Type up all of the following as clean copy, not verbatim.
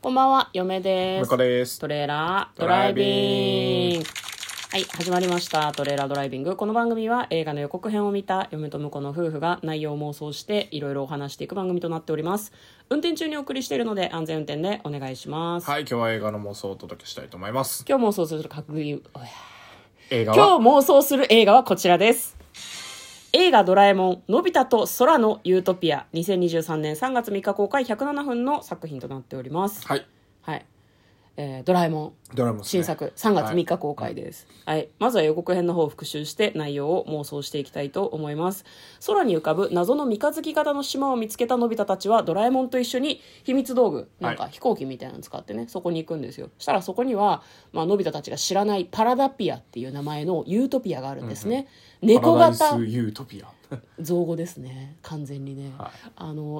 こんばんは、嫁です。 向こうです。 トレーラードライビング。はい、始まりました。トレーラードライビング。この番組は映画の予告編を見た嫁と婿の夫婦が内容を妄想していろいろお話していく番組となっております。運転中にお送りしているので安全運転でお願いします。 はい、今日は映画の妄想をお届けしたいと思います。 今日妄想する確認、 映画は今日妄想する映画はこちらです。映画ドラえもんのび太と空のユートピア、2023年3月3日公開107分の作品となっております。 はい、 はい。ドラえもん新作3月3日公開です、はい。まずは予告編の方を復習して内容を妄想していきたいと思います。空に浮かぶ謎の三日月型の島を見つけたのび太たちはドラえもんと一緒に秘密道具なんか飛行機みたいなの使ってね、そこに行くんですよ。そしたらそこには、のび太たちが知らないパラダピアっていう名前のユートピアがあるんですね、猫型パラダイスユートピア造語ですね、完全にね、 はい、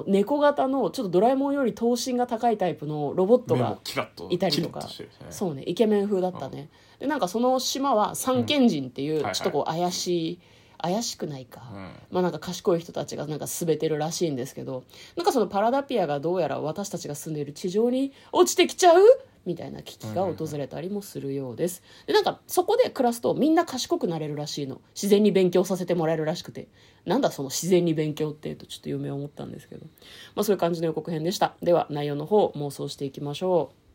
猫型のちょっとドラえもんより頭身が高いタイプのロボットがいたりとか、そうね、イケメン風だったね、でなんかその島は三賢人っていう、ちょっとこう怪しくないか、なんか賢い人たちがなんか滑ってるらしいんですけど、なんかそのパラダピアがどうやら私たちが住んでいる地上に落ちてきちゃうみたいな危機が訪れたりもするようです。でなんかそこで暮らすとみんな賢くなれるらしいの。自然に勉強させてもらえるらしくて、なんだその自然に勉強ってとちょっと嫁は思ったんですけど、そういう感じの予告編でした。では内容の方妄想していきましょう。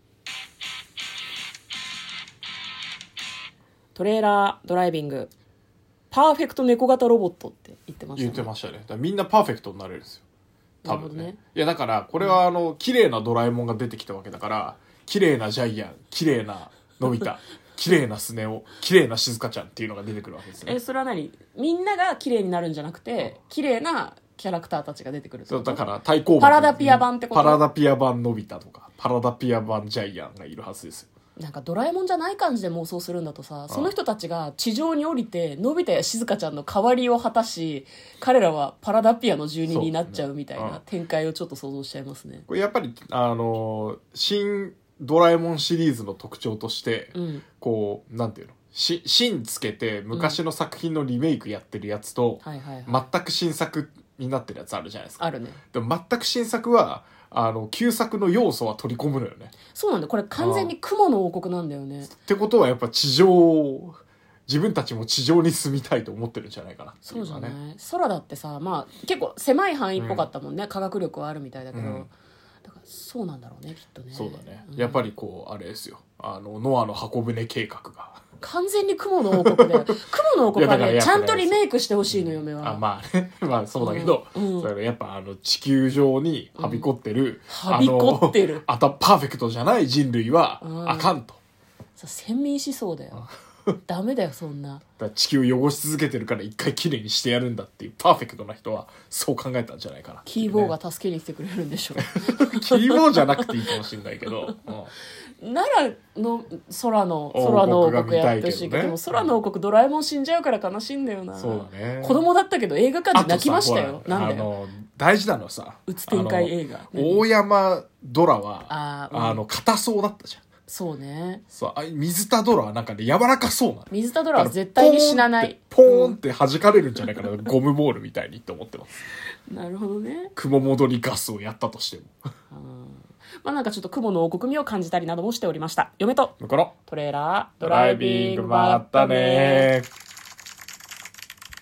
トレーラードライビング、パーフェクト猫型ロボットって言ってましたね。 言ってましたね。だからみんなパーフェクトになれるんですよ、多分ね。 いやだからこれは綺麗なドラえもんが出てきたわけだから、綺麗なジャイアン、綺麗なのび太綺麗なスネ夫、綺麗なしずかちゃんっていうのが出てくるわけですね。 それは何、みんなが綺麗になるんじゃなくて、綺麗なキャラクターたちが出てくるってこと？ そうだから対抗馬、 パラダピア版ってこと？ パラダピア版のび太とかパラダピア版ジャイアンがいるはずですよ。 なんかドラえもんじゃない感じで妄想するんだとさ、その人たちが地上に降りてのび太やしずかちゃんの代わりを果たし、彼らはパラダピアの住人になっちゃうみたいな展開をちょっと想像しちゃいますね。 これやっぱり新ドラえもんシリーズの特徴として、こうなんていうの、新つけて昔の作品のリメイクやってるやつと、全く新作になってるやつあるじゃないですか。 あるね。 でも全く新作は旧作の要素は取り込むのよね。 そうなんだ、これ完全に雲の王国なんだよね。 ってことはやっぱ自分たちも地上に住みたいと思ってるんじゃないかなっていうかね。 そうじゃない。空だってさ、結構狭い範囲っぽかったもんね、科学力はあるみたいだけど、だからそうなんだろうね、きっとね。 そうだね、やっぱりこうあれですよ、ノアの箱舟計画が完全に雲の王国で雲の王国はね、ちゃんとリメイクしてほしいの、嫁は。 まあねそうだけど、それやっぱ地球上にはびこってる、 はびこってるパーフェクトじゃない人類はあかんと。 先民思想だよダメだよそんな。 だ地球汚し続けてるから一回きれいにしてやるんだっていうパーフェクトな人はそう考えたんじゃないかな、ね、 キーボーが助けに来てくれるんでしょキーボーじゃなくていいかもしれないけど、 奈良の空の王国やってほしいけど、でも空の王国ドラえもん死んじゃうから悲しいんだよな。 そうだね。 子供だったけど映画館で泣きましたよ。なんだよ。 大事なのはさ、 うつ展開映画。 大山ドラは硬そうだったじゃん。 そうね。 水田ドラはなんかね柔らかそうなの。 水田ドラは絶対に死なない。 ポーンって弾かれるんじゃないかな、ゴムボールみたいにって思ってます。 なるほどね。 雲戻りガスをやったとしても。 なんかちょっと雲の王国味を感じたりなどもしておりました。嫁と向こうのトレーラードドライビング、まったねー。